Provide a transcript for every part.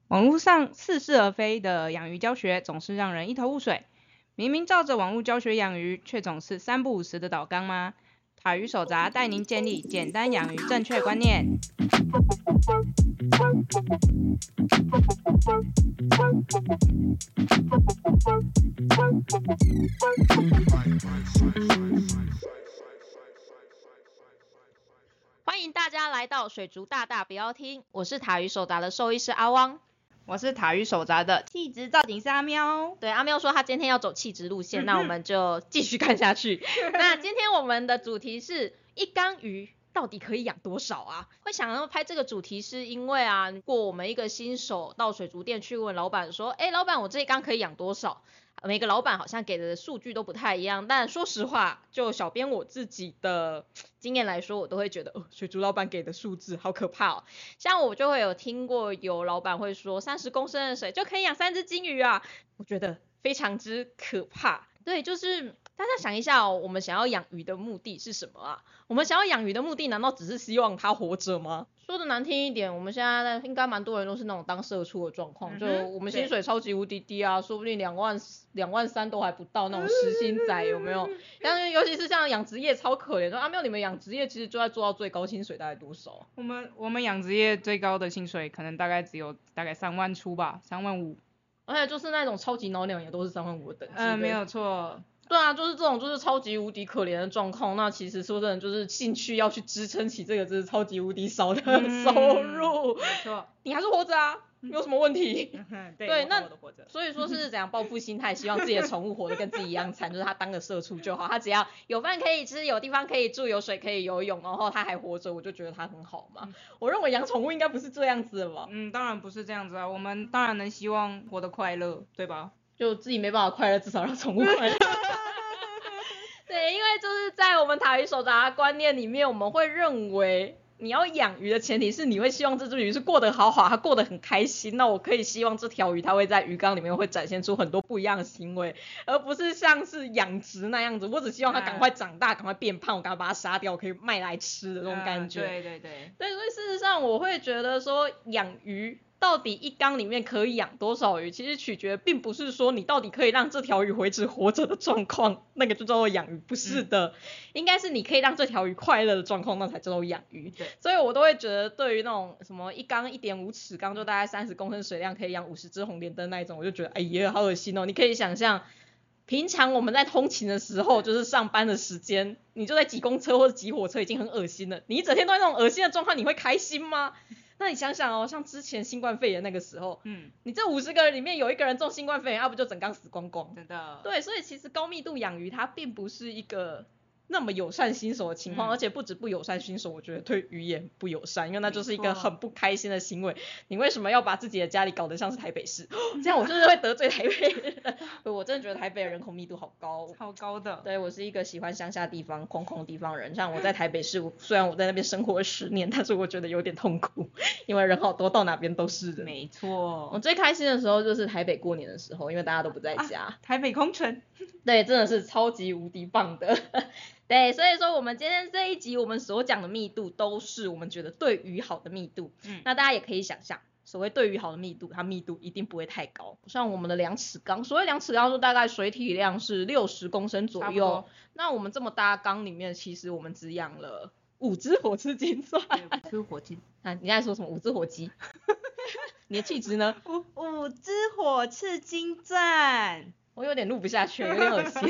网络上似是而非的养鱼教学总是让人一头雾水，明明照着网络教学养鱼，却总是三不五时的倒缸吗？塔鱼手札带您建立简单养鱼正确观念。 欢迎大家来到水族大大不要听，我是塔鱼手札的兽医师阿汪， 我是塔鱼手札的气质造景师阿喵。 对，阿喵说他今天要走气质路线，那我们就继续看下去。那今天我们的主题是一缸鱼到底可以养多少啊？会想要拍这个主题是因为啊，如果我们一个新手到水族店去问老板说，老板我这一缸可以养多少？每个老板好像给的数据都不太一样，但说实话，就小编我自己的经验来说，我都会觉得，水族老板给的数字好可怕哦。像我就会有听过有老板会说，30公升的水就可以养3只金鱼啊，我觉得非常之可怕。对，就是大家想一下哦，我们想要养鱼的目的是什么啊？我们想要养鱼的目的难道只是希望它活着吗？说的难听一点，我们现在应该蛮多人都是那种当社畜的状况，就我们薪水超级无敌低啊，说不定2万3都还不到那种时薪仔，有没有？但是尤其是像养殖业超可怜的，阿喵你们养殖业其实就在做到最高薪水大概多少？ 我们养殖业最高的薪水可能大概只有大概3万出吧，3万5。 而且就是那种超级脑鸟也都是3万5的等级。 没有错。 对啊，就是这种就是超级无敌可怜的状况，那其实说真的就是兴趣要去支撑起这个就是超级无敌少的收入。 没错， 你还是活着啊，没有什么问题。 对， 那所以说是怎样报复心态，希望自己的宠物活得跟自己一样惨，就是他当个社畜就好，他只要有饭可以吃，有地方可以住，有水可以游泳，然后他还活着，我就觉得他很好嘛。我认为养宠物应该不是这样子的吧？ 当然不是这样子啊，我们当然能希望活得快乐，对吧？ 就自己没办法快乐，至少让宠物快乐。对，因为就是在我们塔鱼手札的观念里面，我们会认为你要养鱼的前提是你会希望这只鱼是过得好，它过得很开心，那我可以希望这条鱼它会在鱼缸里面会展现出很多不一样的行为，而不是像是养殖那样子，我只希望它赶快长大，赶快变胖，我赶快把它杀掉，我可以卖来吃的那种感觉。 对， 所以事实上我会觉得说养鱼到底一缸里面可以养多少鱼，其实取决并不是说你到底可以让这条鱼维持活着的状况，那个就叫做养鱼，不是的，应该是你可以让这条鱼快乐的状况，那才叫做养鱼。所以我都会觉得对于那种什么一缸1.5尺缸就大概30公升水量可以养50只红莲灯那一种，我就觉得哎呀好恶心哦。你可以想象平常我们在通勤的时候，就是上班的时间，你就在挤公车或者挤火车已经很恶心了，你一整天都在那种恶心的状况，你会开心吗？那你想想哦，像之前新冠肺炎那个时候，你这50个人里面有1个人中新冠肺炎，不就整缸死光光？ 真的。 对，所以其实高密度养鱼它并不是一个那么友善新手的情况，而且不止不友善新手，我觉得对鱼也不友善，因为那就是一个很不开心的行为。你为什么要把自己的家里搞得像是台北市？这样我就是会得罪台北人。我真的觉得台北的人口密度好高， 超高的。 对，我是一个喜欢乡下地方空旷地方人，像我在台北市，虽然我在那边生活了10年，但是我觉得有点痛苦，因为人好多，到哪边都是人。 没错。 我最开心的时候就是台北过年的时候，因为大家都不在家。 台北空城。 对，真的是超级无敌棒的。对，所以说我们今天这一集我们所讲的密度都是我们觉得对鱼好的密度。那大家也可以想象，所谓对鱼好的密度，它密度一定不会太高。像我们的2尺缸，所谓2尺缸就大概水体量是60公升左右。那我们这么大缸里面，其实我们只养了5只火翅金钻。 5只火鸡。 你在说什么5只火鸡？你的气质呢 ？5只火翅金钻。 我有点录不下去，有点恶心。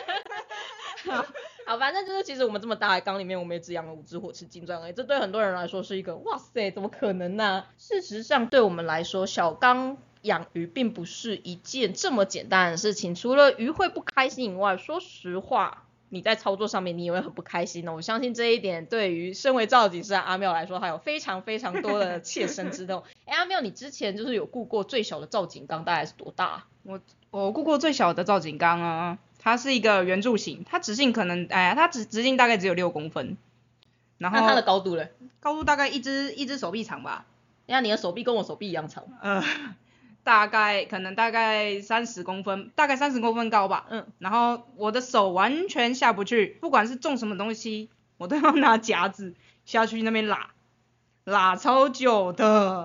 好，反正就是其实我们这么大的缸里面，我们也只养了5只火翅金钻而已。这对很多人来说是一个哇塞，怎么可能呢？事实上，对我们来说，小缸养鱼并不是一件这么简单的事情。除了鱼会不开心以外，说实话，你在操作上面你也会很不开心哦。我相信这一点对于身为造景师的阿妙来说，还有非常非常多的切身之痛。阿妙，你之前就是有顾过最小的造景缸大概是多大？ 我顾过最小的造景缸啊，它是一个圆柱形，它直径可能它直径大概只有6公分，然后那它的高度嘞？ 高度大概一只手臂长吧。 你的手臂跟我手臂一样长？ 大概30公分，大概30公分高吧。然后我的手完全下不去，不管是种什么东西，我都要拿夹子下去那边拉超久的。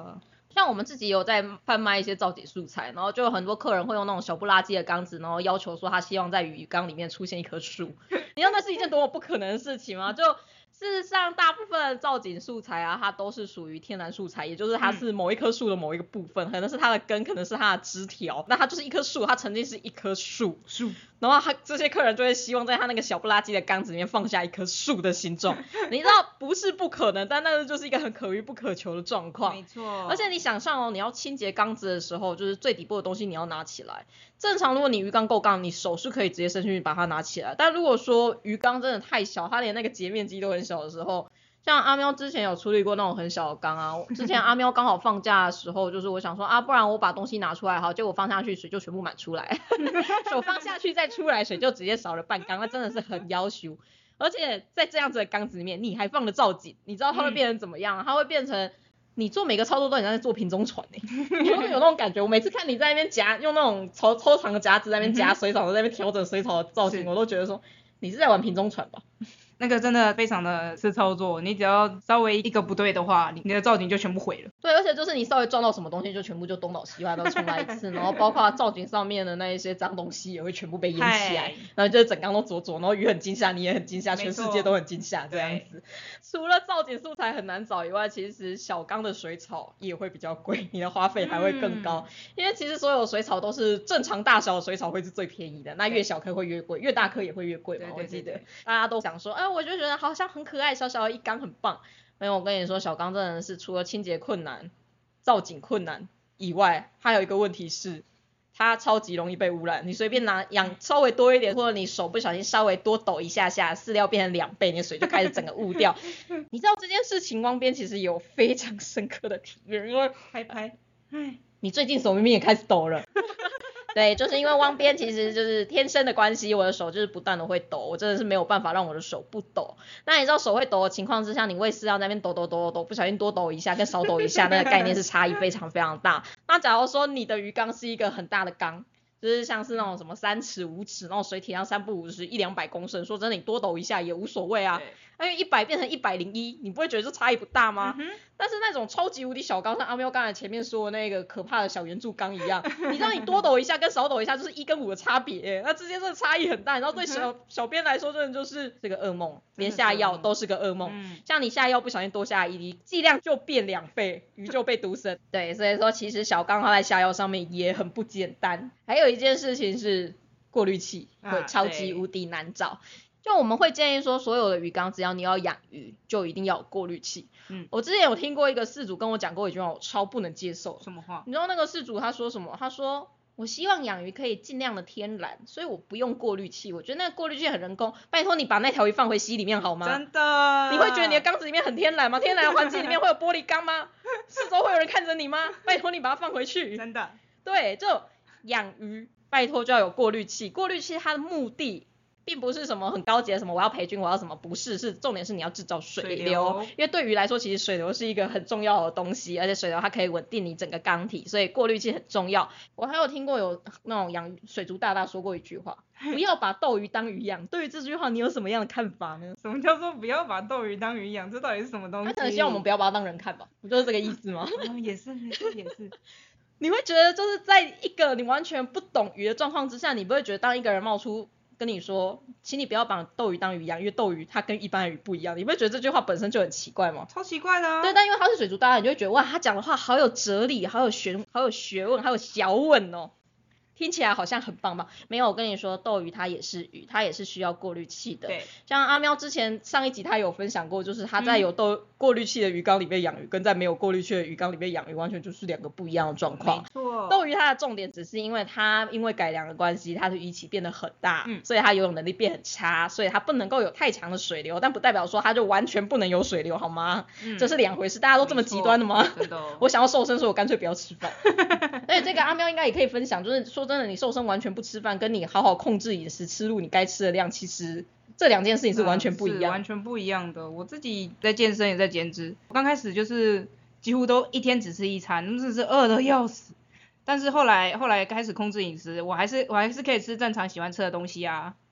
像我们自己有在贩卖一些造景素材，然后就有很多客人会用那种小不拉几的缸子，然后要求说他希望在鱼缸里面出现一棵树。你知道那是一件多么不可能的事情吗？就事实上大部分的造景素材啊，它都是属于天然素材，也就是它是某一棵树的某一个部分，可能是它的根，可能是它的枝条，那它就是一棵树，它曾经是一棵树，然后这些客人就会希望在他那个小不拉几的缸子里面放下一棵树的形状。你知道不是不可能，但那个就是一个很可遇不可求的状况。 没错。 而且你想象哦，你要清洁缸子的时候，就是最底部的东西你要拿起来。正常如果你鱼缸够缸，你手是可以直接伸进去把它拿起来。但如果说鱼缸真的太小，它连那个截面积都很小的时候，像阿喵之前有处理过那种很小的缸啊，之前阿喵刚好放假的时候，就是我想说啊，不然我把东西拿出来好，结果放下去水就全部满出来，手放下去再出来水就直接少了半缸，那真的是很要求。而且在这样子的缸子里面，你还放了造景，你知道它会变成怎么样？它会变成你做每个操作都很像在做瓶中船你会有那种感觉。我每次看你在那边夹，用那种抽长的夹子在那边夹水草，在那边调整水草的造型，我都觉得说你是在玩瓶中船吧。 那个真的非常的吃操作，你只要稍微一个不对的话，你的造景就全部毁了。 对，而且就是你稍微撞到什么东西就全部就东倒西歪都重来一次，然后包括造景上面的那一些脏东西也会全部被淹起来，然后就是整缸都浊，然后鱼很惊吓，你也很惊吓，全世界都很惊吓这样子。除了造景素材很难找以外，其实小缸的水草也会比较贵，你的花费还会更高，因为其实所有水草都是正常大小的水草会是最便宜的，那越小颗会越贵，越大颗也会越贵嘛。我记得大家都想说我就觉得好像很可爱，小小的一缸很棒。没有，我跟你说，小缸真的是除了清洁困难、造景困难以外，还有一个问题是，它超级容易被污染。你随便拿养稍微多一点，或者你手不小心稍微多抖一下下，饲料变成2倍，你的水就开始整个污掉。你知道这件事情，汪边其实有非常深刻的体验，因为你最近手明明也开始抖了。对，就是因为汪边其实就是天生的关系，我的手就是不断的会抖，我真的是没有办法让我的手不抖。那你知道手会抖的情况之下，你喂饲料在那边抖，不小心多抖一下跟少抖一下，那个概念是差异非常非常大。那假如说你的鱼缸是一个很大的缸，就是像是那种什么3尺5尺那种水体量3不50 100-200公升，说真的你多抖一下也无所谓啊，因为100变成101，你不会觉得这差异不大吗？但是那种超级无敌小缸，像阿喵刚才前面说的那个可怕的小圆柱缸一样，你知道你多抖一下跟少抖一下就是1跟5的差别那之间这个差异很大，然后对小编来说真的就是这个噩梦，连下药都是个噩梦。像你下药不小心多下1滴，剂量就变2倍，鱼就被毒死。对，所以说其实小缸它在下药上面也很不简单。还有一件事情是过滤器会超级无敌难找。就我们会建议说，所有的鱼缸只要你要养鱼，就一定要有过滤器。我之前有听过一个饲主跟我讲过一句话，我超不能接受。 什么话？ 你知道那个饲主他说什么？他说我希望养鱼可以尽量的天然，所以我不用过滤器。我觉得那个过滤器很人工，拜托你把那条鱼放回溪里面好吗？ 真的？ 你会觉得你的缸子里面很天然吗？天然的环境里面会有玻璃缸吗？四周会有人看着你吗？拜托你把它放回去。 真的？ 对，就养鱼拜托就要有过滤器。过滤器它的目的并不是什么很高级的什么我要培菌我要什么，不是，是重点是你要制造水流，因为对鱼来说其实水流是一个很重要的东西，而且水流它可以稳定你整个缸体，所以过滤器很重要。我还有听过有那种养水族大大说过一句话，不要把斗鱼当鱼养。对于这句话你有什么样的看法呢？ 什么叫做不要把斗鱼当鱼养？这到底是什么东西？ 他可能希望我们不要把它当人看吧，不就是这个意思吗？ 也是你会觉得就是在一个你完全不懂鱼的状况之下，你不会觉得当一个人冒出跟你说请你不要把斗鱼当鱼养，因为斗鱼它跟一般的鱼不一样，你不会觉得这句话本身就很奇怪吗？ 超奇怪的啊。 对，但因为他是水族大大，你就会觉得哇，他讲的话好有哲理，好有学问，好有小问哦，听起来好像很棒吧？没有，我跟你说，斗鱼它也是鱼，它也是需要过滤器的。 对， 像阿喵之前上一集他有分享过，就是他在有过滤器的鱼缸里面养鱼，跟在没有过滤器的鱼缸里面养鱼，完全就是2个不一样的状况。 没错， 斗鱼它的重点只是因为它因为改良的关系，它的鱼鳍变得很大，所以它游泳能力变很差，所以它不能够有太强的水流，但不代表说它就完全不能有水流，好吗？这是2回事，大家都这么极端的吗？ 真的我想要瘦身，所以我干脆不要吃饭。所以这个阿喵应该也可以分享，就是说真的，你瘦身完全不吃饭，跟你好好控制饮食，吃入你该吃的量，其实这2件事情是完全不一样， 是完全不一样的。我自己在健身也在减脂，我刚开始就是几乎都一天只吃1餐，真的是饿得要死。但是后来开始控制饮食，我还是可以吃正常喜欢吃的东西啊，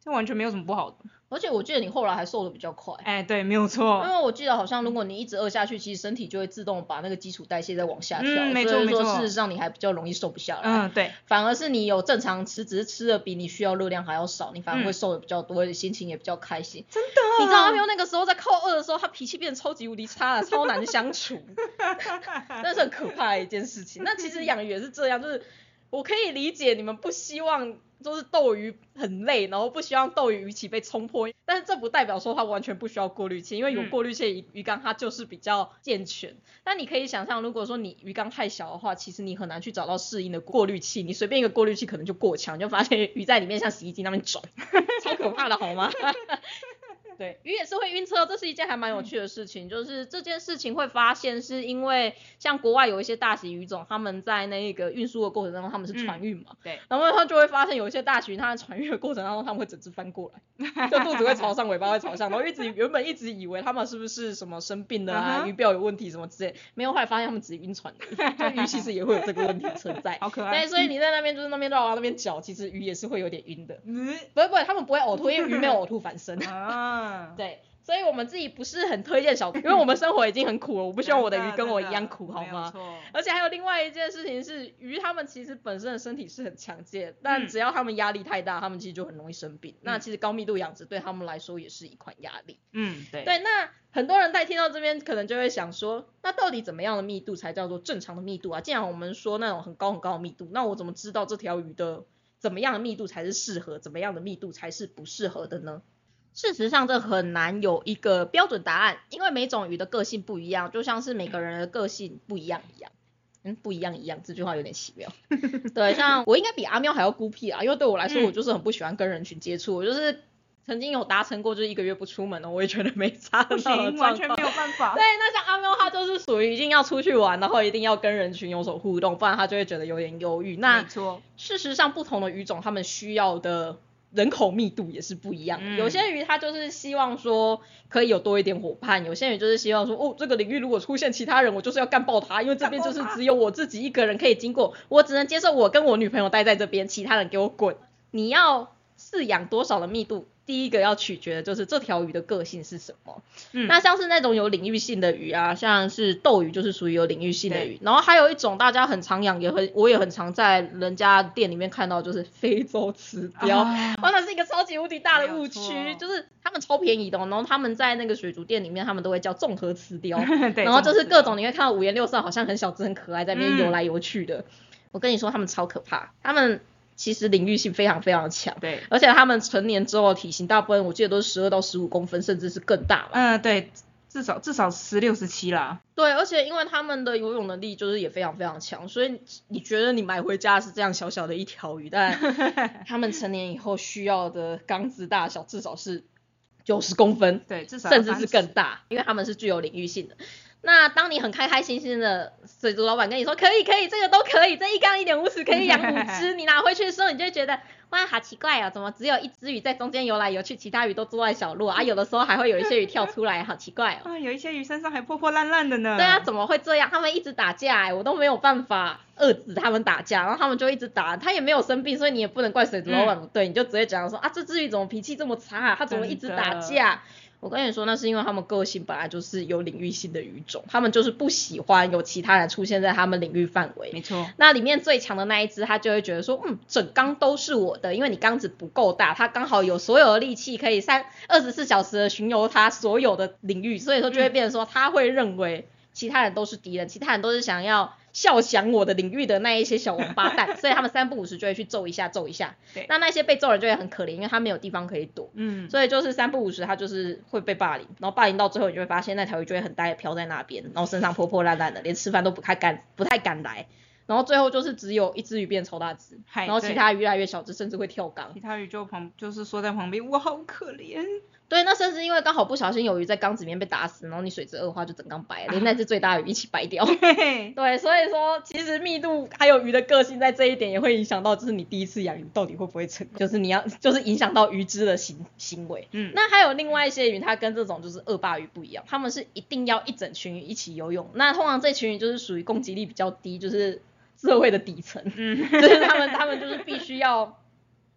这完全没有什么不好的。 而且我记得你后来还瘦的比较快。 对，没有错。 因为我记得好像如果你一直饿下去，其实身体就会自动把那个基础代谢再往下调。 没错没错。 所以说事实上你还比较容易瘦不下来。 对。 反而是你有正常吃，只是吃的比你需要热量还要少，你反而会瘦的比较多，心情也比较开心。 真的。 你知道阿喵那个时候在靠饿的时候，他脾气变得超级无敌差了，超难相处。那是很可怕的一件事情。那其实养鱼也是这样，就是我可以理解你们不希望就是斗鱼很累，然后不希望斗鱼鱼鳍被冲破，但是这不代表说它完全不需要过滤器，因为有过滤器的鱼缸它就是比较健全。但你可以想象，如果说你鱼缸太小的话，其实你很难去找到适应的过滤器，你随便一个过滤器可能就过强，你就发现鱼在里面像洗衣机那边转，超可怕的好吗？对，鱼也是会晕车，这是一件还蛮有趣的事情。就是这件事情会发现是因为像国外有一些大型鱼种，他们在那个运输的过程当中他们是船运嘛， 对， 然后他就会发现有一些大型鱼，它在船运的过程当中他们会整只翻过来，就肚子会朝上，尾巴会朝向，然后原本一直以为他们是不是什么生病了啊，鱼鳔有问题什么之类，没有，后来发现他们只是晕船而已，就鱼其实也会有这个问题存在。 好可爱。 对，所以你在那边就是那边绕啊那边搅，其实鱼也是会有点晕的。不会，他们不会呕吐，因为鱼没有呕吐反生。对。所以我们自己不是很推荐因为我们生活已经很苦了，我不希望我的鱼跟我一样苦，好吗？而且还有另外一件事情是，鱼它们其实本身的身体是很强健，但只要它们压力太大，它们其实就很容易生病。那其实高密度养殖对它们来说也是一款压力。对，那很多人在听到这边可能就会想说，那到底怎么样的密度才叫做正常的密度啊？既然我们说那种很高很高的密度，那我怎么知道这条鱼的怎么样的密度才是适合，怎么样的密度才是不适合的呢？事实上这很难有一个标准答案，因为每种鱼的个性不一样，就像是每个人的个性不一样一样。不一样一样，这句话有点奇妙。对，像我应该比阿喵还要孤僻啊，因为对我来说我就是很不喜欢跟人群接触，我就是曾经有达成过就是1个月不出门了，我也觉得没差的那种状况， 完全没有办法。 对，那像阿喵他就是属于一定要出去玩，然后一定要跟人群有所互动，不然他就会觉得有点忧郁。那没错， 事实上不同的鱼种他们需要的人口密度也是不一样的，有些鱼它就是希望说可以有多一点伙伴，有些鱼就是希望说这个领域如果出现其他人我就是要干爆他，因为这边就是只有我自己一个人可以经过，我只能接受我跟我女朋友待在这边，其他人给我滚。你要饲养多少的密度，第一个要取决的就是这条鱼的个性是什么。那像是那种有领域性的鱼啊，像是斗鱼就是属于有领域性的鱼，然后还有一种大家很常养，我也很常在人家店里面看到，就是非洲雌鲷。那是一个超级无敌大的误区，就是他们超便宜的，然后他们在那个水族店里面他们都会叫综合雌鲷，然后就是各种你会看到五颜六色好像很小只很可爱在那边游来游去的。我跟你说他们超可怕，他们其实领域性非常非常的强， 对， 而且他们成年之后的体型大部分我记得都是12到15公分，甚至是更大嘛。 对，至少16、17啦。 对，而且因为他们的游泳能力就是也非常非常强，所以你觉得你买回家是这样小小的一条鱼，但他们成年以后需要的缸子大小至少是90公分， 对，至少甚至是更大，因为他们是具有领域性的。那当你很开开心心的水族老板跟你说可以这个都可以，这一缸1.5尺可以养5只，你拿回去的时候你就会觉得哇好奇怪哦，怎么只有一只鱼在中间游来游去，其他鱼都坐在小路啊，有的时候还会有一些鱼跳出来，好奇怪哦。 有一些鱼身上还破破烂烂的呢。 对啊，怎么会这样？他们一直打架我都没有办法遏制他们打架，然后他们就一直打，他也没有生病，所以你也不能怪水族老板不对，你就直接讲说这只鱼怎么脾气这么差，他怎么一直打架。我跟你说那是因为他们个性本来就是有领域性的鱼种，他们就是不喜欢有其他人出现在他们领域范围。 没错， 那里面最强的那一只他就会觉得说整缸都是我的，因为你缸子不够大，他刚好有所有的力气可以24小时的巡游他所有的领域，所以说就会变成说他会认为其他人都是敌人，其他人都是想要笑降我的领域的那一些小王八蛋，所以他们3不5时就会去揍一下。那些被揍人就会很可怜，因为他没有地方可以躲。所以就是3不5时他就是会被霸凌，然后霸凌到最后你就会发现那条鱼就会很呆的飘在那边，然后身上破破烂烂的，连吃饭都不太敢来。然后最后就是只有一只鱼变超大只，然后其他鱼越来越小只，甚至会跳缸。 其他鱼就是缩在旁边，我好可怜。 对，那甚至因为刚好不小心有鱼在缸子里面被打死，然后你水质恶化就整缸白了，连那只最大的鱼一起白掉。对，所以说其实密度还有鱼的个性在这一点也会影响到，就是你第一次养鱼到底会不会成功，就是影响到鱼只的行为。那还有另外一些鱼，它跟这种就是恶霸鱼不一样，他们是一定要一整群鱼一起游泳。那通常这群鱼就是属于攻击力比较低，就是社会的底层，就是他们就是必须要。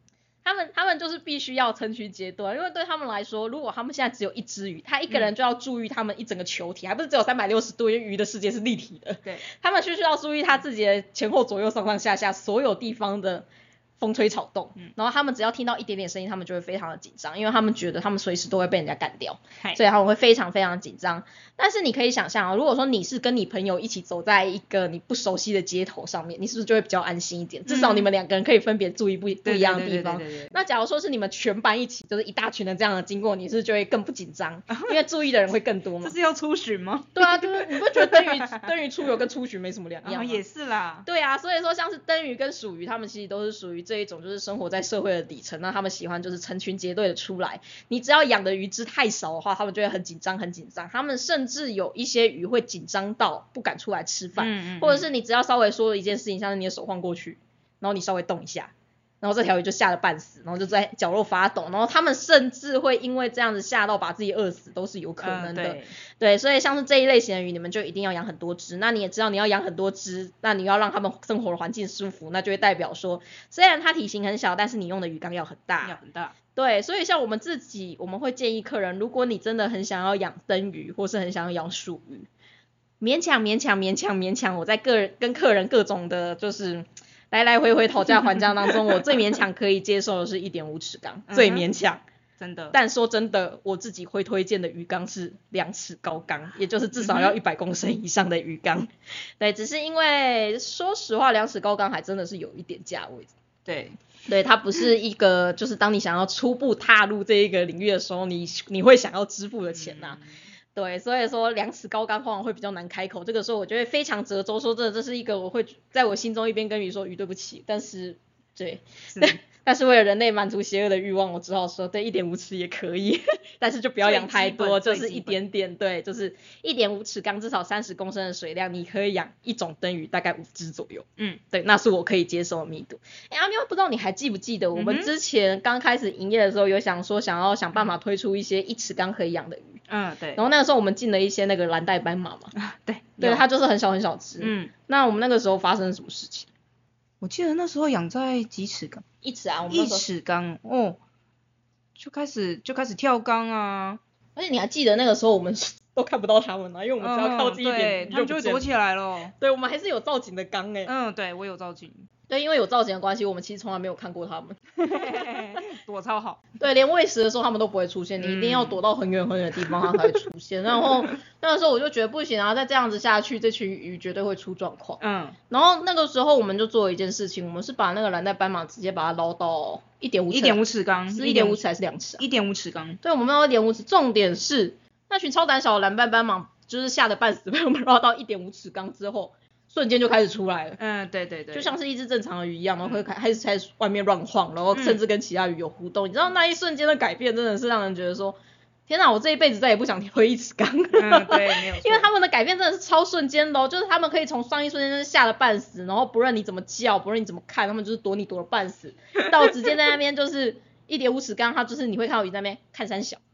他们就是必须要成群结队，因为对他们来说，如果他们现在只有一只鱼，他一个人就要注意他们一整个球体，还不是只有360度，因为鱼的世界是立体的。 对， 他们需要注意他自己的前后左右上上下下所有地方的风吹草动，然后他们只要听到一点点声音，他们就会非常的紧张，因为他们觉得他们随时都会被人家干掉，所以他们会非常非常紧张。但是你可以想象如果说你是跟你朋友一起走在一个你不熟悉的街头上面，你是不是就会比较安心一点？至少你们2个人可以分别注意不一样的地方。那假如说是你们全班一起，就是一大群人这样的经过，你是不是就会更不紧张？因为注意的人会更多嘛。 这是要出巡吗？ 对啊，就是你不觉得灯鱼出游跟出巡没什么两样吗？ 也是啦。 对啊，所以说像是灯鱼跟鼠鱼，他们其实都是属于这一种就是生活在社会的底层，那他们喜欢就是成群结队的出来。你只要养的鱼只太少的话，他们就会很紧张很紧张。他们甚至有一些鱼会紧张到不敢出来吃饭，或者是你只要稍微说了一件事情，像是你的手晃过去，然后你稍微动一下，然后这条鱼就吓得半死，然后就在角落发抖，然后他们甚至会因为这样子吓到把自己饿死都是有可能的。对，所以像是这一类型的鱼，你们就一定要养很多只。那你也知道你要养很多只，那你要让他们生活的环境舒服，那就会代表说，虽然它体型很小，但是你用的鱼缸要很大。对，所以像我们自己，我们会建议客人，如果你真的很想要养灯鱼，或是很想要养鼠鱼，勉强，我在跟客人各种的，就是来来回回讨价还价当中，我最勉强可以接受的是1.5尺缸，最勉强。 真的。 但说真的，我自己会推荐的鱼缸是2尺高缸，也就是至少要100公升以上的鱼缸。对，只是因为说实话2尺高缸还真的是有一点价位。对，它不是一个就是当你想要初步踏入这一个领域的时候，你会想要支付的钱呐。对，所以说2尺高缸通常会比较难开口，这个时候我就会非常折中，说这是一个我会在我心中一边跟鱼说鱼对不起，但是对，但是为了人类满足邪恶的欲望，我只好说对1.5尺也可以，但是就不要养太多，就是一点点。对，就是1.5尺缸至少30公升的水量，你可以养一种灯鱼大概5只左右。对，那是我可以接受的密度。阿喵，不知道你还记不记得我们之前刚开始营业的时候有想想办法推出一些1尺缸可以养的鱼。 对。 然后那个时候我们进了一些那个蓝带斑马嘛。对，它就是很小很小只。那我们那个时候发生什么事情？ 我记得那时候养在几尺缸 ？1尺啊，我们那时候 1尺缸就开始跳缸啊。 而且你还记得那个时候我们都看不到他们啊，因为我们只要靠近一点， 他们就会躲起来了。 对，我们还是有造景的缸对，我有造景。 对，因为有造景的关系，我们其实从来没有看过他们。 躲超好。 对，连喂食的时候他们都不会出现，你一定要躲到很远很远的地方它才会出现。然后那个时候我就觉得不行啊，再这样子下去，这群鱼绝对会出状况。然后那个时候我们就做了一件事情，我们是把那个蓝带斑马直接把它捞到1.5尺缸，是1.5尺还是2尺 ？1.5尺缸。 对，我们捞到1.5尺。重点是那群超胆小的蓝带斑马，就是吓得半死，被我们捞到1.5尺缸之后，瞬间就开始出来了。 对， 就像是一只正常的鱼一样，然后会开始外面乱晃，然后甚至跟其他鱼有互动。你知道那一瞬间的改变真的是让人觉得说，天哪，我这一辈子再也不想推1尺缸。 对，没有错。 因为他们的改变真的是超瞬间的就是他们可以从上一瞬间就是吓得半死，然后不论你怎么叫，不论你怎么看，他们就是躲你躲得半死，到直接在那边就是1.5尺缸，它就是你会看到鱼在那边看三小。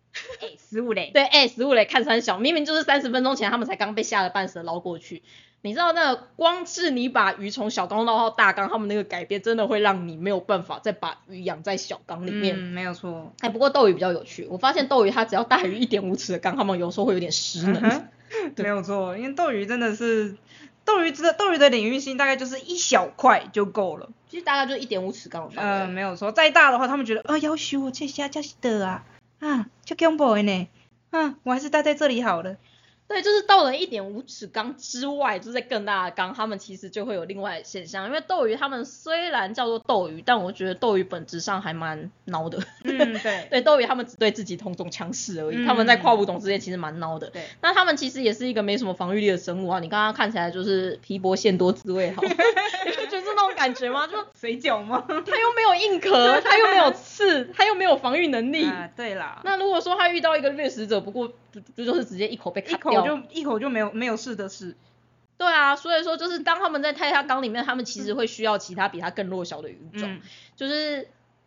15嘞。 对，15嘞看三小，明明就是30分钟前他们才刚被吓得半死的捞过去。你知道那个光是你把鱼从小缸捞到大缸，他们那个改变真的会让你没有办法再把鱼养在小缸里面。 没有错。 不过斗鱼比较有趣，我发现斗鱼它只要大于1.5尺的缸，他们有时候会有点失能。 没有错，因为斗鱼真的是斗鱼的领域性大概就是一小块就够了。 其实大概就是1.5尺缸的范围。 没有错，再大的话他们觉得要求我这下这是的啊，就恐怖的呢，我还是待在这里好了。 对，就是到了1.5尺缸之外，就是在更大的缸，他们其实就会有另外的现象。因为斗鱼他们虽然叫做斗鱼，但我觉得斗鱼本质上还蛮孬的。 对。 对，斗鱼他们只对自己同种强势而已，他们在跨物种之间其实蛮孬的。 对。 那他们其实也是一个没什么防御力的生物啊，你刚刚看起来就是皮薄馅多滋味好。你不觉得是那种感觉吗？就水饺吗？ 它又没有硬壳，它又没有刺，它又没有防御能力。 对啦。 那如果说它遇到一个掠食者，不过就是直接一口被砍掉。 一口就没有事的事。 对啊，所以说就是当他们在太下缸里面，他们其实会需要其他比它更弱小的鱼种。就是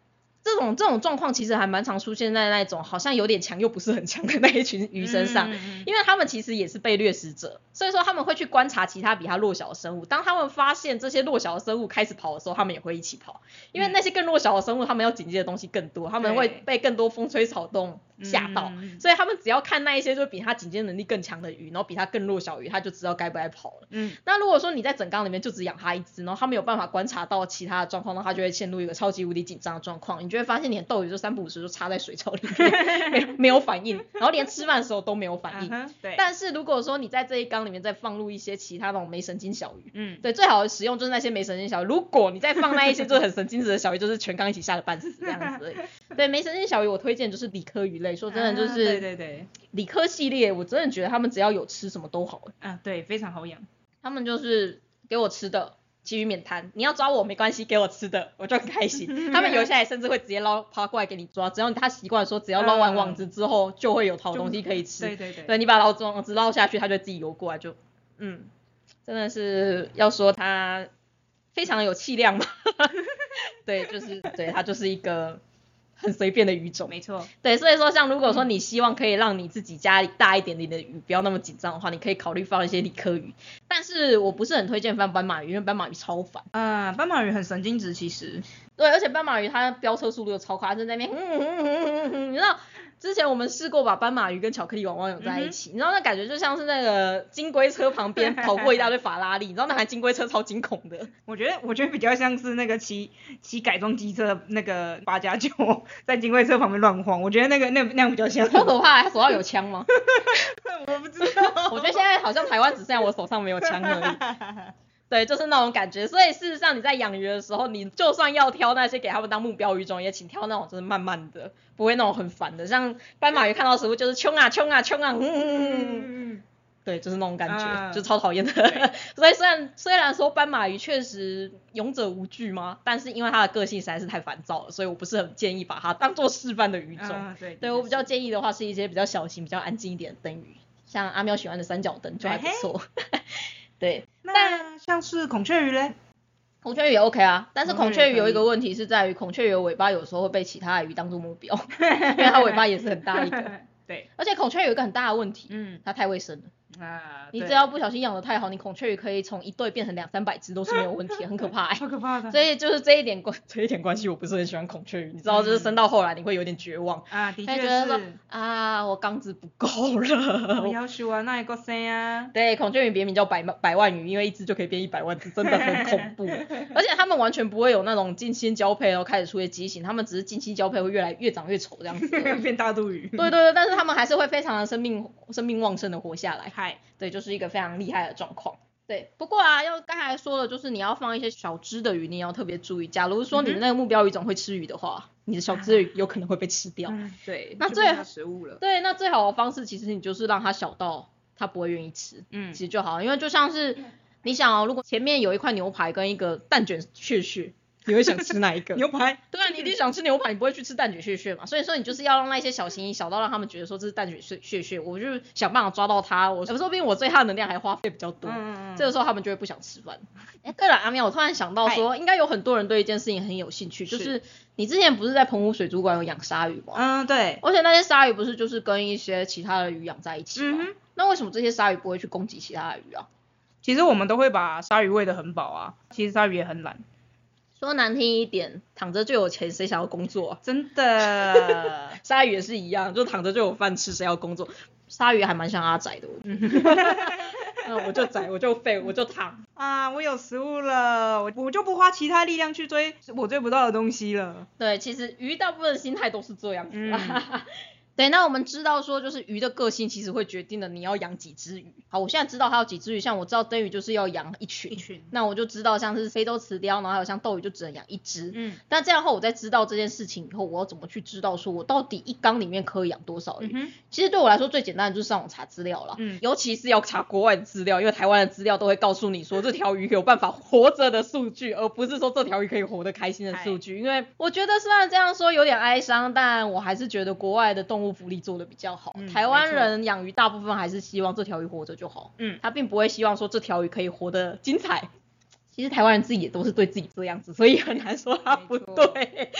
这种状况其实还蛮常出现在那种好像有点强又不是很强的那一群鱼身上，因为他们其实也是被掠食者，所以说他们会去观察其他比他弱小的生物，当他们发现这些弱小的生物开始跑的时候，他们也会一起跑，因为那些更弱小的生物他们要警戒的东西更多，他们会被更多风吹草动吓到，所以他们只要看那一些就比他警戒能力更强的鱼，然后比他更弱小的鱼，他就知道该不该跑了。那如果说你在整缸里面就只养他一只，然后他没有办法观察到其他的状况，那他就会陷入一个超级无敌紧张的状况，你就会发现你的斗鱼就3不5时就插在水槽里面没有反应，然后连吃饭的时候都没有反应。 对。 但是如果说你在这一缸里面再放入一些其他那种没神经小鱼，对，最好的使用就是那些没神经小鱼，如果你再放那一些就是很神经质的小鱼，就是全缸一起吓得半死这样子。对，没神经小鱼我推荐就是理科鱼类，说真的就是对理科系列，我真的觉得他们只要有吃什么都好。 对，非常好养。 他们就是给我吃的，其余免谈。你要抓我没关系，给我吃的我就很开心。他们有些来甚至会直接爬过来给你抓，只要他习惯说只要捞完网子之后就会有好东西可以吃。对，你把网子捞下去，他就自己游过来就真的是要说他非常有气量嘛。对，就是对，他就是一个很随便的鱼种。 没错。 对，所以说像如果说你希望可以让你自己家里大一点点的鱼不要那么紧张的话，你可以考虑放一些理科鱼，但是我不是很推荐放斑马鱼，因为斑马鱼超烦。 斑马鱼很神经质其实。 对，而且斑马鱼它飙车速度又超快，它在那边你知道之前我们试过把斑马鱼跟巧克力网网友在一起，你知道那感觉就像是那个金龟车旁边跑过一大堆法拉利，你知道那台金龟车超惊恐的。 我觉得比较像是那个骑改装机车那个8+9在金龟车旁边乱晃，我觉得那样比较像。 好可怕，他手上有枪吗？ 我不知道。 我觉得现在好像台湾只剩下我手上没有枪而已。对，就是那种感觉。所以事实上你在养鱼的时候，你就算要挑那些给他们当目标鱼种，也请挑那种就是慢慢的，不会那种很烦的。像斑马鱼看到食物就是冲啊冲啊冲啊，对，就是那种感觉，就超讨厌的。所以虽然说斑马鱼确实勇者无惧嘛，但是因为它的个性实在是太烦躁了，所以我不是很建议把它当做示范的鱼种。对，我比较建议的话是一些比较小型、比较安静一点的灯鱼，像阿喵喜欢的三角灯就还不错。对， 那像是孔雀鱼嘞？ 孔雀鱼也 OK 啊，但是孔雀鱼有一个问题是在于孔雀鱼的尾巴有时候会被其他的鱼当作目标，因为它尾巴也是很大一个。 对， 而且孔雀有一个很大的问题，它太卫生了。你只要不小心养得太好，你孔雀鱼可以从一对变成200-300只都是没有问题的，很可怕。 超可怕的。 所以就是这一点关系，我不是很喜欢孔雀鱼，你知道，就是生到后来你会有点绝望的确是我缸子不够了。 我要求啊，那一个生啊。 对，孔雀鱼别名叫百万鱼，因为一只就可以变100万只，真的很恐怖。而且他们完全不会有那种近亲交配然后开始出现畸形，他们只是近亲交配会越长越丑这样子， 变大肚鱼。 对，但是他们还是会非常的生命旺盛的活下来。对，就是一个非常厉害的状况。对，不过要刚才说的就是你要放一些小只的鱼，你要特别注意。假如说你的那个目标鱼种会吃鱼的话，你的小只的鱼有可能会被吃掉。 对， 那最好食物了。 对，那最好的方式其实你就是让它小到它不会愿意吃，其实就好。因为就像是你想如果前面有一块牛排跟一个蛋卷屑，你会想吃哪一个？ 牛排。 对啊，你一定想吃牛排，你不会去吃蛋卷屑嘛。所以说你就是要让那些小型小到让他们觉得说这是蛋卷屑，我就想办法抓到它。说不定我追它的能量还花费比较多，这个时候他们就会不想吃饭。对了，阿喵，我突然想到说，应该有很多人对一件事情很有兴趣，就是你之前不是在澎湖水族馆有养鲨鱼吗？ 对。 而且那些鲨鱼不是就是跟一些其他的鱼养在一起吗？那为什么这些鲨鱼不会去攻击其他的鱼啊？ 其实我们都会把鲨鱼喂得很饱啊，其实鲨鱼也很懒。 说难听一点，躺着就有钱，谁想要工作？ 真的。 鲨鱼也是一样，就躺着就有饭吃，谁要工作？鲨鱼还蛮像阿宅的。我就宅，我就废，我就躺我有食物了，我就不花其他力量去追我追不到的东西了。 对，其实鱼大部分心态都是这样子。对，那我们知道说就是鱼的个性其实会决定了你要养几只鱼。好，我现在知道它有几只鱼，像我知道灯鱼就是要养一群，那我就知道像是非洲雌鲷，然后还有像斗鱼就只能养一只。但这样后我在知道这件事情以后，我要怎么去知道说我到底一缸里面可以养多少鱼？其实对我来说最简单的就是上网查资料啦。尤其是要查国外的资料，因为台湾的资料都会告诉你说这条鱼有办法活着的数据，而不是说这条鱼可以活得开心的数据。因为我觉得虽然这样说有点哀伤，但我还是觉得国外的动物福利做得比较好。台湾人养鱼大部分还是希望这条鱼活着就好，他并不会希望说这条鱼可以活得精彩。其实台湾人自己也都是对自己这样子，所以很难说他不对。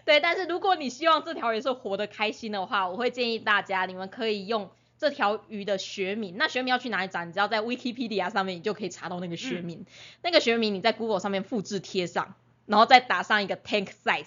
对，但是如果你希望这条鱼是活得开心的话，我会建议大家你们可以用这条鱼的学名。那学名要去哪里找？你只要在 Wikipedia 上面你就可以查到那个学名。那个学名你在 Google 上面复制贴上，然后再打上一个 tank size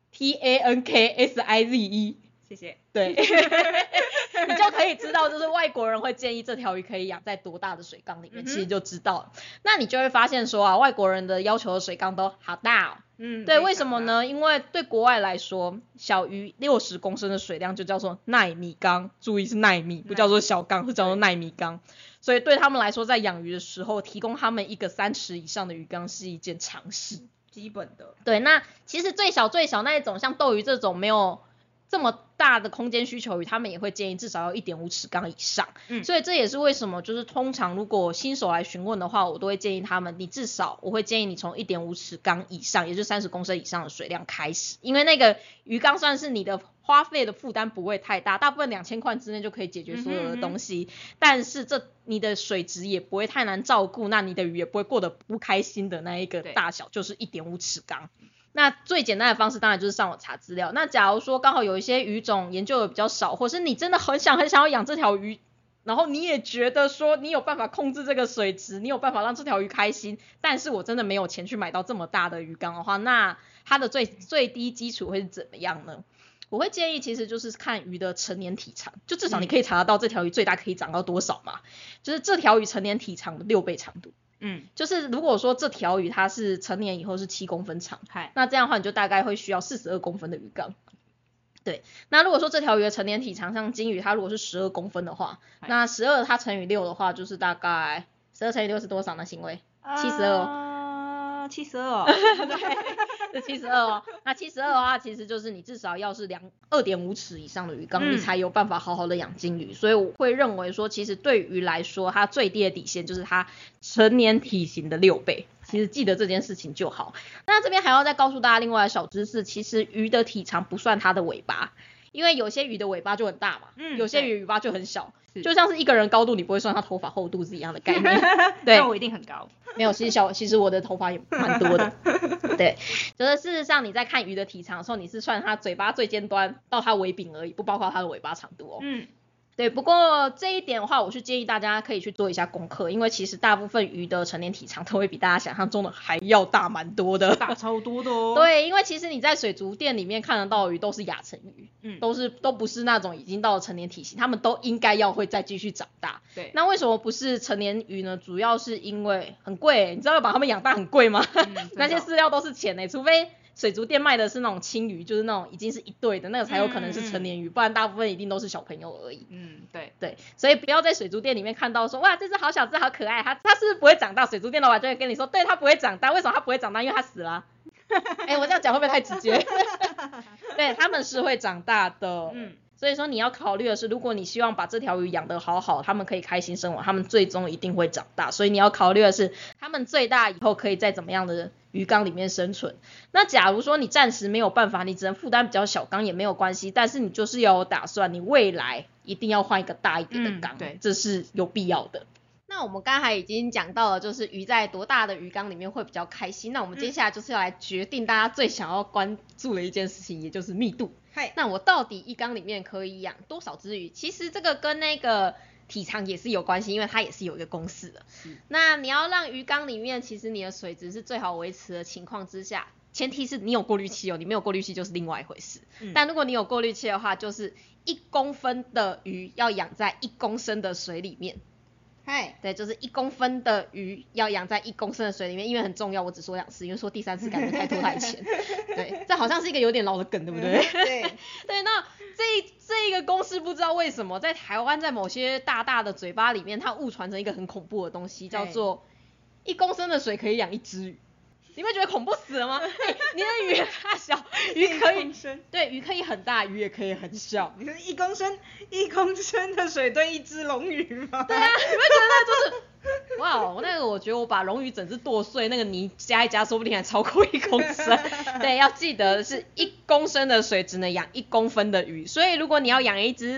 TANKSIZE。 谢谢。 对，你就可以知道，就是外国人会建议这条鱼可以养在多大的水缸里面，其实就知道了。那你就会发现说啊，外国人的要求的水缸都好大哦。对，为什么呢？因为对国外来说，小于60公升的水量就叫做奈米缸，注意是奈米，不叫做小缸，是叫做奈米缸。所以对他们来说，在养鱼的时候，提供他们一个30以上的鱼缸是一件常事， 基本的。 对，那其实最小那一种，像斗鱼这种没有这么大的空间需求鱼，他们也会建议至少要1.5尺缸以上。所以这也是为什么就是通常如果新手来询问的话，我都会建议他们，你至少我会建议你从1.5尺缸以上，也就是30公升以上的水量开始，因为那个鱼缸算是你的花费的负担不会太大，大部分2000块之内就可以解决所有的东西，但是你的水质也不会太难照顾，那你的鱼也不会过得不开心的那一个大小就是1.5尺缸。那最简单的方式当然就是上网查资料。那假如说刚好有一些鱼种研究的比较少，或是你真的很想要养这条鱼，然后你也觉得说你有办法控制这个水质，你有办法让这条鱼开心，但是我真的没有钱去买到这么大的鱼缸的话，那它的最低基础会是怎么样呢？我会建议其实就是看鱼的成年体长，就至少你可以查得到这条鱼最大可以长到多少嘛，就是这条鱼成年体长的6倍长度。就是如果说这条鱼它是成年以后是7公分长，那这样的话你就大概会需要42公分的鱼缸。对，那如果说这条鱼的成年体长像金鱼，它如果是12公分的话，那12它乘以6的话就是大概12乘以6是多少呢？行为72哦。 72哦。 对，是72哦。那72的话，其实就是你至少要是2.5尺以上的鱼缸，你才有办法好好的养金鱼。所以我会认为说，其实对鱼来说，它最低的底线就是它成年体型的6倍。其实记得这件事情就好。那这边还要再告诉大家另外的小知识，其实鱼的体长不算它的尾巴。因为有些鱼的尾巴就很大嘛，有些鱼尾巴就很小，就像是一个人高度你不会算他头发厚度是一样的概念。对， 那我一定很高。 没有，其实我的头发也蛮多的。对，就是事实上你在看鱼的体长的时候，你是算它嘴巴最尖端到它尾柄而已，不包括它的尾巴长度哦。对，不过这一点的话，我是建议大家可以去做一下功课，因为其实大部分鱼的成年体长都会比大家想象中的还要大蛮多的， 大超多的哦。 对，因为其实你在水族店里面看得到的鱼都是亚成鱼，都不是那种已经到了成年体型，它们都应该要会再继续长大。 对， 那为什么不是成年鱼呢？主要是因为很贵，你知道要把它们养大很贵吗？那些饲料都是钱除非水族店卖的是那种青鱼，就是那种已经是一对的那个才有可能是成年鱼，不然大部分一定都是小朋友而已。对，所以不要在水族店里面看到说哇这只好小只好可爱，它是不是不会长大？水族店老板就会跟你说，对，它不会长大。为什么它不会长大？因为它死了。我这样讲会不会太直接？对，它们是会长大的。所以说你要考虑的是，如果你希望把这条鱼养得好好，它们可以开心生活，它们最终一定会长大。所以你要考虑的是，它们最大以后可以在怎么样的鱼缸里面生存。那假如说你暂时没有办法，你只能负担比较小缸也没有关系，但是你就是要有打算，你未来一定要换一个大一点的缸， 对， 这是有必要的。那我们刚才已经讲到了，就是鱼在多大的鱼缸里面会比较开心。那我们接下来就是要来决定大家最想要关注的一件事情，也就是密度。那我到底一缸里面可以养多少只鱼？其实这个跟那个体长也是有关系，因为它也是有一个公式的。那你要让鱼缸里面，其实你的水质是最好维持的情况之下，前提是你有过滤器哦，你没有过滤器就是另外一回事。但如果你有过滤器的话，就是1公分的鱼要养在1公升的水里面。对，就是1公分的鱼要养在1公升的水里面，因为很重要，我只说2次，因为说第3次感觉太拖太浅。对，这好像是一个有点老的梗，对不对？对，那这个公式不知道为什么在台湾在某些大的嘴巴里面，它误传成一个很恐怖的东西，叫做1公升的水可以养1只鱼。你会觉得恐怖死了吗？你的鱼大小，鱼可以对，鱼可以很大，鱼也可以很小。 你说1公升的水对1只龙鱼吗？ 对啊，你会觉得那就是哇，那个我觉得我把龙鱼整只剁碎，那个泥加一加，说不定还超过1公升。对，要记得是1公升的水只能养1公分的鱼，所以如果你要养一只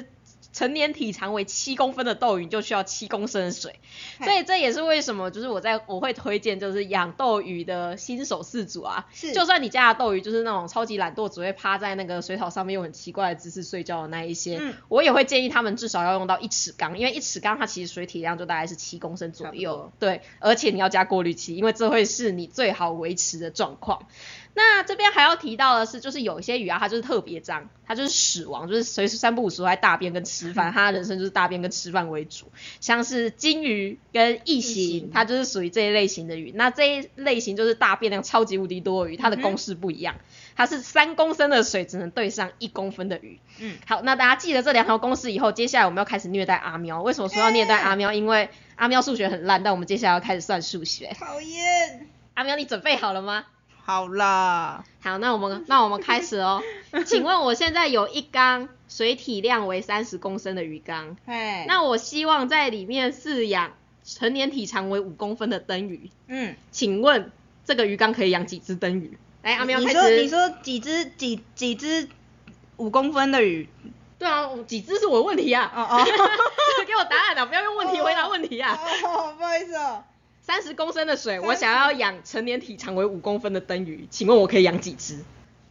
成年体长为7公分的斗鱼就需要7公升的水，所以这也是为什么就是我会推荐就是养斗鱼的新手饲主啊，就算你家的斗鱼就是那种超级懒惰，只会趴在那个水草上面用很奇怪的姿势睡觉的那一些，我也会建议他们至少要用到1尺缸，因为1尺缸它其实水体量就大概是7公升左右，对，而且你要加过滤器，因为这会是你最好维持的状况。那这边还要提到的是，就是有一些鱼啊，它就是特别脏，它就是屎王，就是随时3不5时在大便跟吃饭，它的人生就是大便跟吃饭为主。像是金鱼跟异形，它就是属于这一类型的鱼。那这一类型就是大便量超级无敌多的鱼，它的公式不一样，它是3公升的水只能对上1公分的鱼。好，那大家记得这2条公式以后，接下来我们要开始虐待阿喵。为什么说要虐待阿喵？因为阿喵数学很烂，但我们接下来要开始算数学。 讨厌。 阿喵，你准备好了吗？ 好啦， 好，那我们开始哦。请问我现在有一缸水体量为30公升的鱼缸，那我希望在里面饲养成年体长为5公分的灯鱼。请问这个鱼缸可以养几只灯鱼？来，阿喵开始。 你说几只5公分的鱼？ 对啊，几只是我的问题啊。给我答案啊，不要用问题回答问题啊。 不好意思哦。 30公升的水，我想要养成年体长为5公分的灯鱼，请问我可以养几只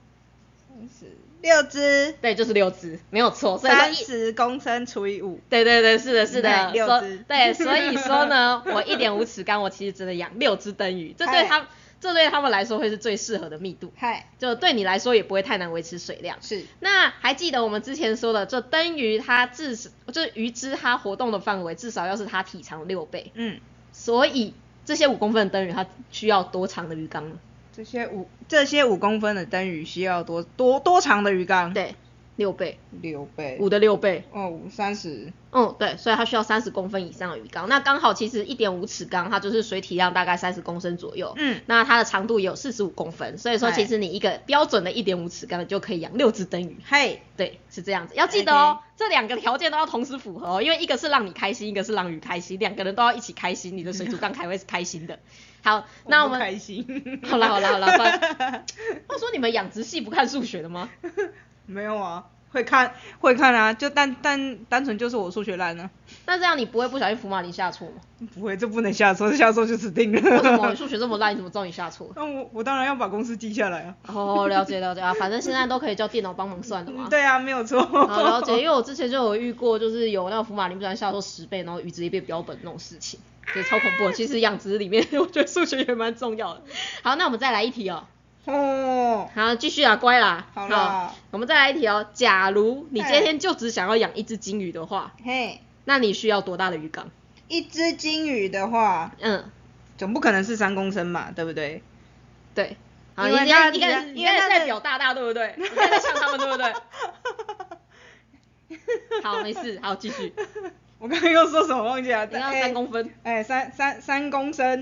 ？6只。 对，就是6只，没有错。 30公升除以5。 对，是的 ，6只。 对，所以说呢，我1.5尺缸，我其实只能养6只灯鱼，这对他们来说会是最适合的密度。就对你来说也不会太难维持水量。 是。 那还记得我们之前说的，这灯鱼它就是鱼只它活动的范围至少要是它体长6倍。所以这些5公分的灯鱼它需要多长的鱼缸呢？ 这些5公分的灯鱼需要多长的鱼缸？ 对，6倍。 6倍。 5的6倍。 哦，30。 对，所以它需要30公分以上的鱼缸。那刚好其实1.5尺缸它就是水体量大概30公升左右。那它的长度也有45公分，所以说其实你一个标准的1.5尺缸就可以养6只灯鱼。对，是这样子。要记得哦，这2个条件都要同时符合哦，因为一个是让你开心，一个是让鱼开心，2个人都要一起开心，你的水族缸才会是开心的。好，那我们开心。 好啦，话说你们养殖系不看数学的吗？ 没有啊。会看啊，就单纯就是我数学烂了。 那这样你不会不小心福马林下错吗？ 不会，这不能下错，下错就死定了。 为什么你数学这么烂，你怎么知道你下错？ 那我当然要把公式记下来啊。 了解啊，反正现在都可以叫电脑帮忙算的嘛。 对啊，没有错。 好，了解，因为我之前就有遇过，就是有那个福马林不小心下错10倍，然后鱼直接被标本那种事情，就超恐怖的。其实养殖里面我觉得数学也蛮重要的。好，那我们再来一题哦。好，继续啊，乖啦。 好， 我们再来一题哦。假如你今天就只想要养1只金鱼的话，那你需要多大的鱼缸 ？1只金鱼的话，总不可能是3公升嘛，对不对？ 对。 因为它在表大对不对？你刚才在呛他们对不对？好，没事，好，继续。 我刚刚又说什么忘记了？ 你要3公分。 3公升。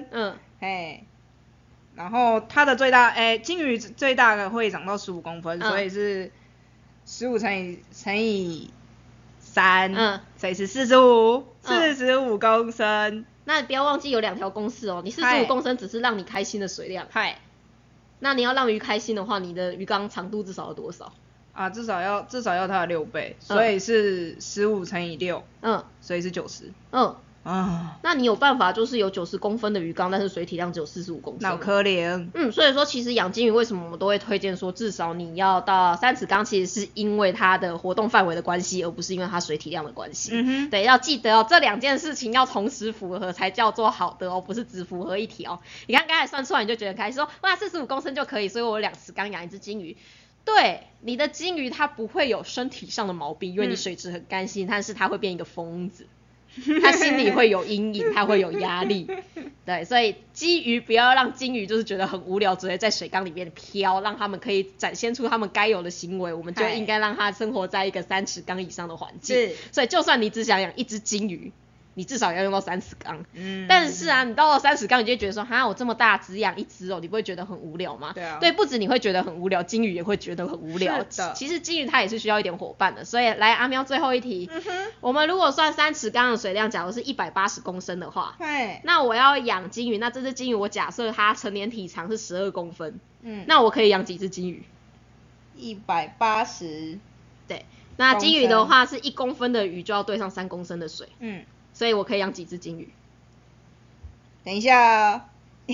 然后它的金鱼最大的会长到15公分，所以是15乘以3，所以是45公升。 那不要忘记有2条公式哦，你45公升只是让你开心的水量。那你要让鱼开心的话，你的鱼缸长度至少要多少？ 至少要它的6倍，所以是15乘以6，所以是90。 那你有办法就是有90公分的鱼缸，但是水体量只有45公升？ 那可怜。 所以说其实养金鱼为什么我们都会推荐说至少你要到3尺缸，其实是因为它的活动范围的关系，而不是因为它水体量的关系。对，要记得哦，这2件事情要同时符合才叫做好的哦，不是只符合一条。你看刚才算出来你就觉得开心，说哇45公升就可以，所以我有2尺缸养1只金鱼。对，你的金鱼它不会有身体上的毛病，因为你水质很干净，但是它会变一个疯子。他心里会有阴影，他会有压力。对，所以基于不要让金鱼就是觉得很无聊，只会在水缸里面飘，让他们可以展现出他们该有的行为，我们就应该让他生活在一个3尺缸以上的环境。所以就算你只想养1只金鱼，你至少要用到3尺缸。但是啊，你到了3尺缸，你就会觉得说，哈，我这么大只养1只哦，你不会觉得很无聊吗？对，不止你会觉得很无聊，金鱼也会觉得很无聊。其实金鱼它也是需要一点伙伴的。所以来阿喵最后一题，我们如果算3尺缸的水量，假如是180公升的话，那我要养金鱼，那这只金鱼我假设它成年体长是12公分，那我可以养几只金鱼？ 180。 对。 那金鱼的话是1公分的鱼就要对上3公升的水，所以我可以养几只金鱼？ 等一下哦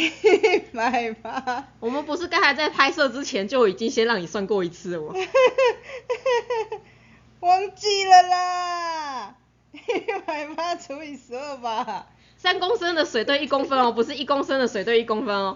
180， 我们不是刚才在拍摄之前就已经先让你算过一次了吗？ 忘记了啦，180除以12吧。 3公升的水对1公分哦，不是1公升的水对1公分哦。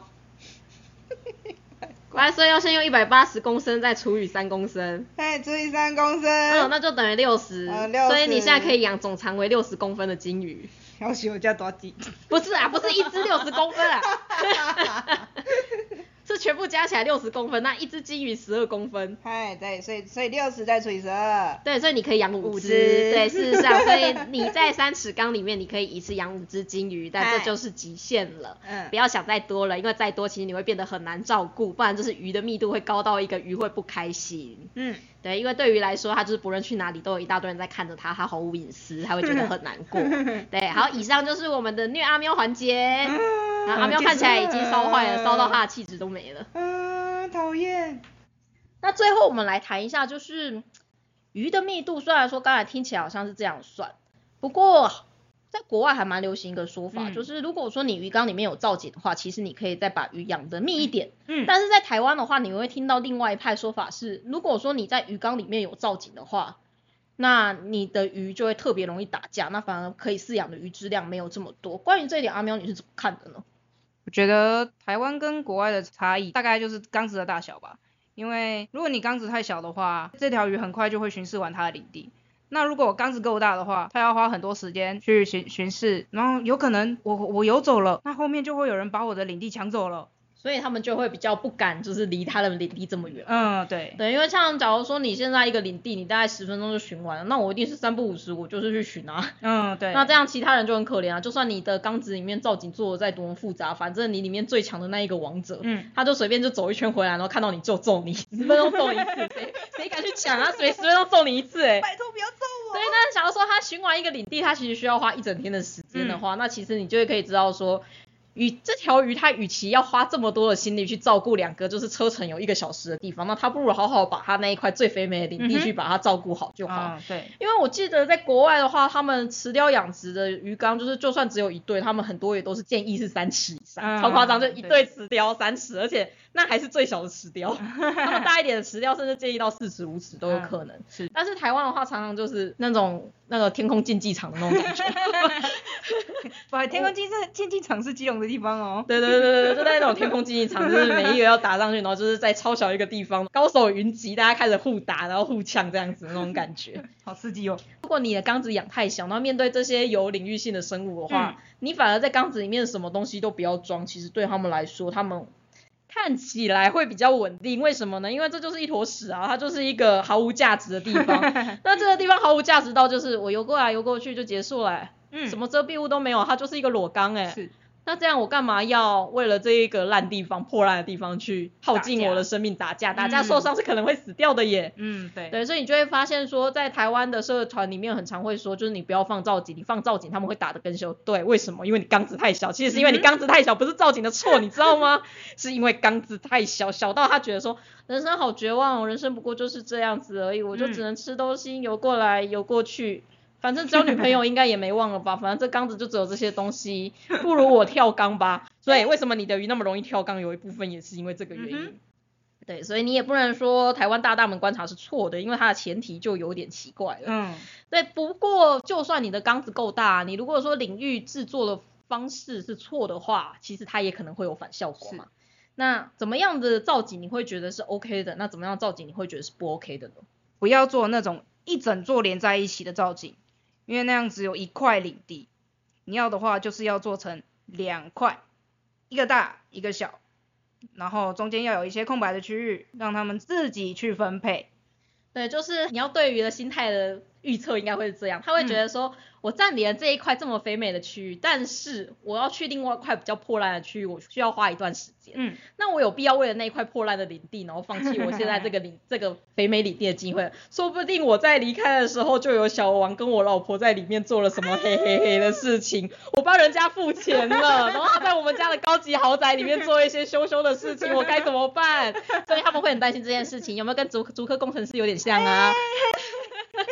所以要先用180公升再除以3公升， 除以3公升， 那就等于60，所以你现在可以养总长为60公分的金鱼。 要许我家多少？ 不是啊，不是一只60公分啊，是全部加起来60公分，那一只金鱼12公分。 对，所以60再除以12。 对，所以你可以养5只。对，事实上，所以你在3尺缸里面，你可以一次养5只金鱼，但这就是极限了。不要想再多了，因为再多其实你会变得很难照顾，不然就是鱼的密度会高到一个鱼会不开心。对，因为对鱼来说，它就是不论去哪里都有一大堆人在看着它，它毫无隐私，它会觉得很难过。对，好，以上就是我们的虐阿喵环节。然后阿喵看起来已经烧坏了，烧到它的气质都没了。 讨厌。 那最后我们来谈一下，就是鱼的密度，虽然说刚才听起来好像是这样算，不过在国外还蛮流行一个说法，就是如果说你鱼缸里面有造景的话，其实你可以再把鱼养得密一点。但是在台湾的话，你会听到另外一派说法是，如果说你在鱼缸里面有造景的话，那你的鱼就会特别容易打架，那反而可以饲养的鱼质量没有这么多。关于这一点，阿喵你是怎么看的呢？ 我觉得台湾跟国外的差异大概就是缸子的大小吧，因为如果你缸子太小的话，这条鱼很快就会巡视完它的领地。那如果缸子够大的话，它要花很多时间去巡视，然后有可能我游走了，那后面就会有人把我的领地抢走了。 所以他们就会比较不敢就是离他的领地这么远。 对， 因为像假如说你现在一个领地你大概10分钟就巡完了，那我一定是3不5时我就是去巡啊。 对。 那这样其他人就很可怜啊，就算你的缸子里面造景做的再多么复杂，反正你里面最强的那一个王者，他就随便就走一圈回来，然后看到你就揍你，10分钟揍你一次，谁敢去抢啊？谁10分钟揍你一次拜托不要揍我。 对，那假如说他巡完一个领地，他其实需要花1整天的时间的话，那其实你就会可以知道说，这条鱼它与其要花这么多的心力去照顾2个就是车程有1个小时的地方，那它不如好好把它那一块最肥美的领地去把它照顾好就好。 对， 因为我记得在国外的话，他们池钓养殖的鱼缸就是就算只有1对，他们很多也都是建议是3尺以上，超夸张，就1对池钓3尺，而且那还是最小的池钓，他们大一点的池钓甚至建议到4尺5尺都有可能。但是台湾的话常常就是那个天空竞技场的那种感觉。 天空竞技场是基隆的地方哦。 对，就在那种天空竞技场，就是每一个要打上去，然后就是在超小一个地方，高手云集，大家开始互打，然后互呛这样子那种感觉。 好刺激哦。 如果你的缸子养太小，然后面对这些有领域性的生物的话，你反而在缸子里面什么东西都不要装，其实对他们来说，他们看起来会比较稳定。为什么呢？因为这就是一坨屎啊，它就是一个毫无价值的地方。那这个地方毫无价值到就是我游过来游过去就结束了，什么遮蔽物都没有，它就是一个裸缸。那这样我干嘛要为了这一个烂地方破烂的地方去耗尽我的生命打架受伤是可能会死掉的耶。对，所以你就会发现说在台湾的社团里面很常会说，就是你不要放造景，你放造景他们会打得更凶。对，为什么？因为你缸子太小，其实是因为你缸子太小，不是造景的错，你知道吗？是因为缸子太小，小到他觉得说人生好绝望，人生不过就是这样子而已，我就只能吃东西游过来游过去，反正交女朋友应该也没忘了吧，反正这缸子就只有这些东西，不如我跳缸吧。所以为什么你的鱼那么容易跳缸，有一部分也是因为这个原因。对，所以你也不能说台湾大们观察是错的，因为它的前提就有点奇怪了。对，不过就算你的缸子够大，你如果说领域制作的方式是错的话，其实它也可能会有反效果嘛。那怎么样的造景你会觉得是 OK 的？那怎么样的造景你会觉得是不 OK 的呢？ 不要做那种一整座连在一起的造景，因为那样只有1块领地。你要的话就是要做成2块，一个大一个小，然后中间要有一些空白的区域，让他们自己去分配。 对，就是你要对鱼的心态的预测应该会是这样，他会觉得说我占领了这一块这么肥美的区域，但是我要去另外一块比较破烂的区域，我需要花一段时间。那我有必要为了那一块破烂的领地，然后放弃我现在这个肥美领地的机会？说不定我在离开的时候就有小王跟我老婆在里面做了什么嘿嘿嘿的事情，我帮人家付钱了，然后他在我们家的高级豪宅里面做一些羞羞的事情，我该怎么办？所以他们会很担心这件事情，有没有跟竹科工程师有点像啊？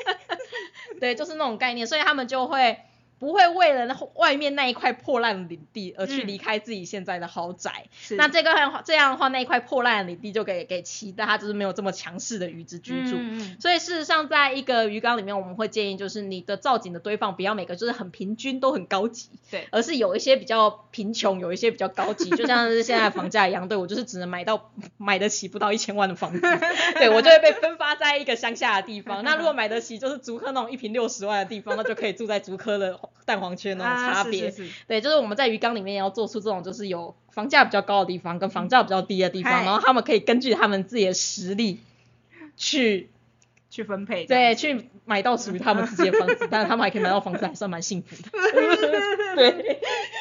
对，就是那种概念，所以他们就会不会为了外面那一块破烂的领地而去离开自己现在的豪宅。那这样的话，那一块破烂的领地就给其他就是没有这么强势的鱼只居住。所以事实上，在一个鱼缸里面，我们会建议就是你的造景的堆放不要每个就是很平均都很高级， 对， 而是有一些比较贫穷，有一些比较高级，就像是现在房价一样，对，我就是只能买得起不到1000万的房子，对，我就会被分发在一个乡下的地方。那如果买得起就是竹科那种1坪60万的地方，那就可以住在竹科的蛋黄区那种差别。对，就是我们在鱼缸里面要做出这种就是有房价比较高的地方跟房价比较低的地方，然后他们可以根据他们自己的实力去分配， 对，去买到属于他们自己的房子，但是他们还可以买到房子，还算蛮幸福的。对。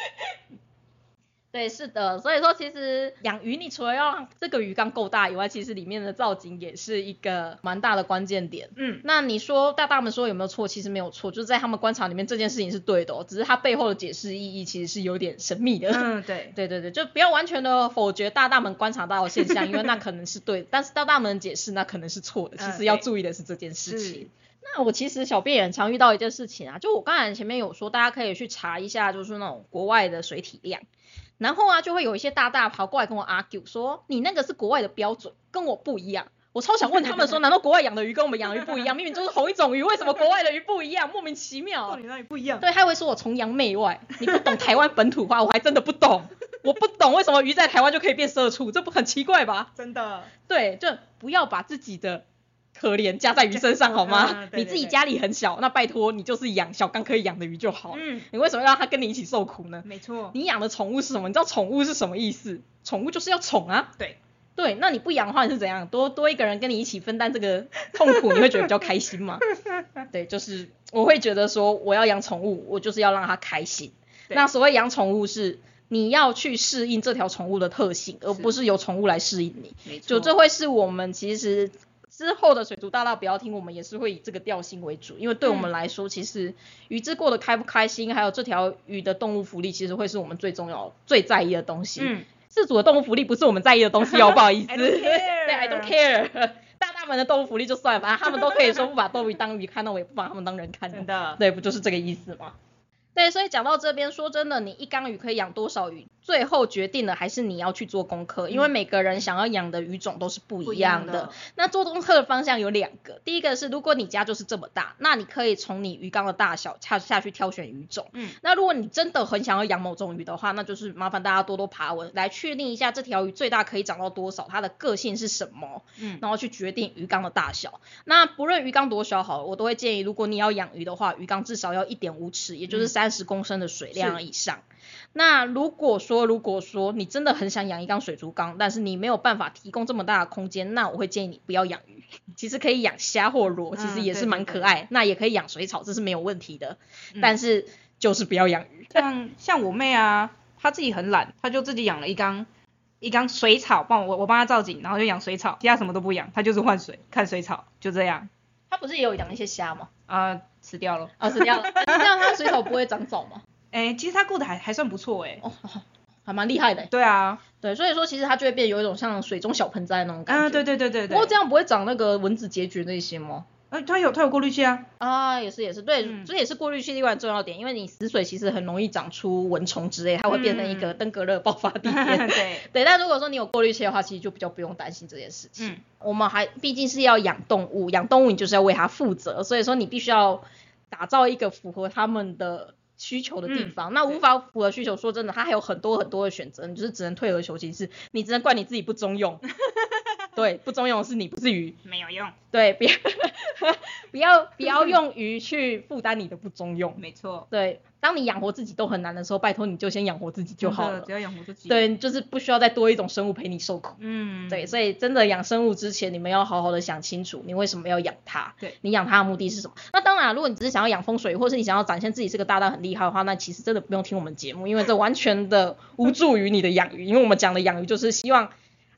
对，是的，所以说其实养鱼，你除了要让这个鱼缸够大以外，其实里面的造景也是一个蛮大的关键点。那你说大大们说有没有错？其实没有错，就是在他们观察里面这件事情是对的只是它背后的解释意义其实是有点神秘的。对，就不要完全的否决大大们观察到的现象，因为那可能是对的，但是大大们的解释那可能是错的。其实要注意的是这件事情。那我其实小编也很常遇到一件事情啊，就我刚才前面有说，大家可以去查一下，就是那种国外的水体量。然后就会有一些大大跑过来跟我 argue 说，你那个是国外的标准，跟我不一样。我超想问他们说，难道国外养的鱼跟我们养的鱼不一样？明明就是同一种鱼，为什么国外的鱼不一样？莫名其妙。 到底哪里不一样？ 对，他会说我崇洋媚外，你不懂台湾本土化，我还真的不懂。我不懂为什么鱼在台湾就可以变社畜，这不很奇怪吧？ 真的。 对，就不要把自己的可怜加在鱼身上好吗？你自己家里很小，那拜托你就是养小缸可以养的鱼就好了。你为什么要让它跟你一起受苦呢？ 没错。 你养的宠物是什么？你知道宠物是什么意思？宠物就是要宠啊。对，那你不养的话你是怎样？多一个人跟你一起分担这个痛苦，你会觉得比较开心吗？对，就是我会觉得说我要养宠物，我就是要让它开心。那所谓养宠物是你要去适应这条宠物的特性，而不是由宠物来适应你。没错。就这会是我们其实之后的水族大大不要听，我们也是会以这个调性为主，因为对我们来说，其实鱼只过得开不开心，还有这条鱼的动物福利，其实会是我们最重要、最在意的东西。饲主的动物福利不是我们在意的东西不好意思。 I don't care. 对 ，I don't care. 大大们的动物福利就算了，反正他们都可以说不把动物当鱼看，那我也不把他们当人看。 真的。 对，不就是这个意思吗？对，所以讲到这边，说真的，你一缸鱼可以养多少鱼，最后决定的还是你要去做功课，因为每个人想要养的鱼种都是不一样的。那做功课的方向有2个，第一个是如果你家就是这么大，那你可以从你鱼缸的大小下去挑选鱼种。那如果你真的很想要养某种鱼的话，那就是麻烦大家多多爬文，来确定一下这条鱼最大可以长到多少，它的个性是什么，然后去决定鱼缸的大小。那不论鱼缸多小好了，我都会建议，如果你要养鱼的话，鱼缸至少要1.5尺，也就是30公升的水量以上。那如果说你真的很想养一缸水族缸，但是你没有办法提供这么大的空间，那我会建议你不要养鱼，其实可以养虾或螺，其实也是蛮可爱，那也可以养水草，这是没有问题的，但是就是不要养鱼。 像我妹啊，她自己很懒，她就自己养了一缸水草，我帮她造景，然后就养水草，其他什么都不养，她就是换水看水草，就这样。 她不是也有养一些虾吗？ 死掉了。 死掉了。这样它的水草不会长藻吗？ 其实它过得还算不错还蛮厉害的。 对啊。 对，所以说其实它就会变有一种像水中小盆栽那种感觉。 对。 不过这样不会长那个蚊子结节那些吗？ 它有过滤器啊。 也是对，这也是过滤器另外重要点，因为你死水其实很容易长出蚊虫之类，它会变成一个登革热爆发地点。对，但如果说你有过滤器的话，其实就比较不用担心这件事情。我们毕竟是要养动物你就是要为它负责，所以说你必须要打造一个符合他们的需求的地方。那无法符合需求，说真的，它还有很多很多的选择，你就是只能退而求其次，你只能怪你自己不中用。对，不中用的是你，不是鱼。 没有用。 对，不要用鱼去负担你的不中用。 没错。 对，当你养活自己都很难的时候，拜托你就先养活自己就好了。 只要养活自己。 对，就是不需要再多一种生物陪你受苦。对，所以真的养生物之前，你们要好好的想清楚，你为什么要养它？ 对， 你养它的目的是什么？那当然，如果你只是想要养风水，或是你想要展现自己是个大大很厉害的话，那其实真的不用听我们节目，因为这完全的无助于你的养鱼，因为我们讲的养鱼就是希望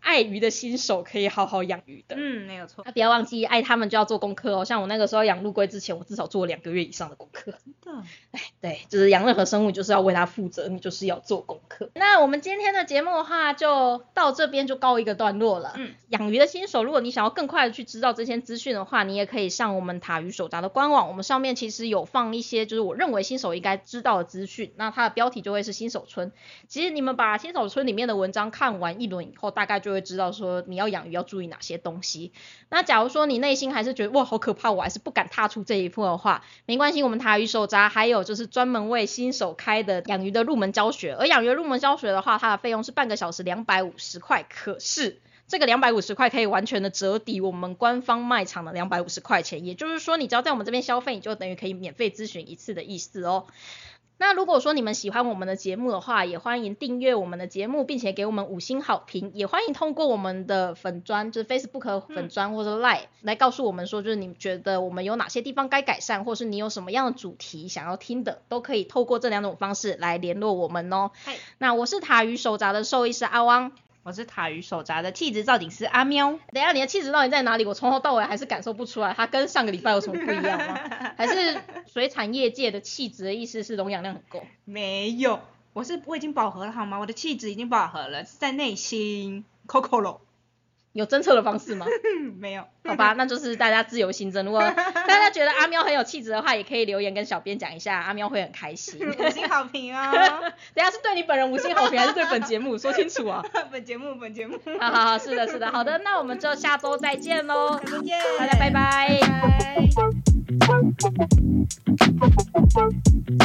爱鱼的新手可以好好养鱼的。 没有错。 那不要忘记爱他们就要做功课哦，像我那个时候养陆龟之前，我至少做了2个月以上的功课。 真的？ 对，就是养任何生物就是要为它负责，你就是要做功课。那我们今天的节目的话就到这边就告一个段落了。养鱼的新手，如果你想要更快的去知道这些资讯的话，你也可以上我们塔鱼手札的官网，我们上面其实有放一些就是我认为新手应该知道的资讯，那它的标题就会是新手村。其实你们把新手村里面的文章看完一轮以后，大概就会知道说你要养鱼要注意哪些东西。那假如说你内心还是觉得哇好可怕，我还是不敢踏出这一步的话，没关系，我们塔鱼手札还有就是专门为新手开的养鱼的入门教学，而养鱼的入门教学的话，它的费用是半个小时250块，可是这个250块可以完全的折抵我们官方卖场的250块钱，也就是说你只要在我们这边消费，你就等于可以免费咨询一次的意思哦。那如果说你们喜欢我们的节目的话，也欢迎订阅我们的节目，并且给我们5星好评，也欢迎通过我们的粉专，就是 Facebook 粉专或者 Line 来告诉我们说，就是你觉得我们有哪些地方该改善，或是你有什么样的主题想要听的，都可以透过这2种方式来联络我们哦。那我是塔鱼手札的兽医师阿汪， 我是塔鱼手札的气质造景师阿喵。 等一下你的气质到底在哪里？我从头到尾还是感受不出来，它跟上个礼拜有什么不一样吗？还是水产业界的气质的意思是容养量很够？ 没有，我已经饱和了好吗？我的气质已经饱和了，是在内心。Coco 有侦测的方式吗？ 没有。 好吧，那就是大家自由心证。如果大家觉得阿喵很有气质的话，也可以留言跟小编讲一下，阿喵会很开心。 5星好评哦。 等一下是对你本人5星好评，还是对本节目？说清楚啊。 本节目。 好，是的，好的，那我们就下周再见咯。 下周见， 大家拜拜。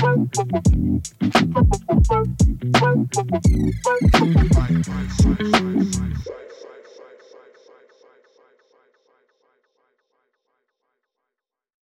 拜拜。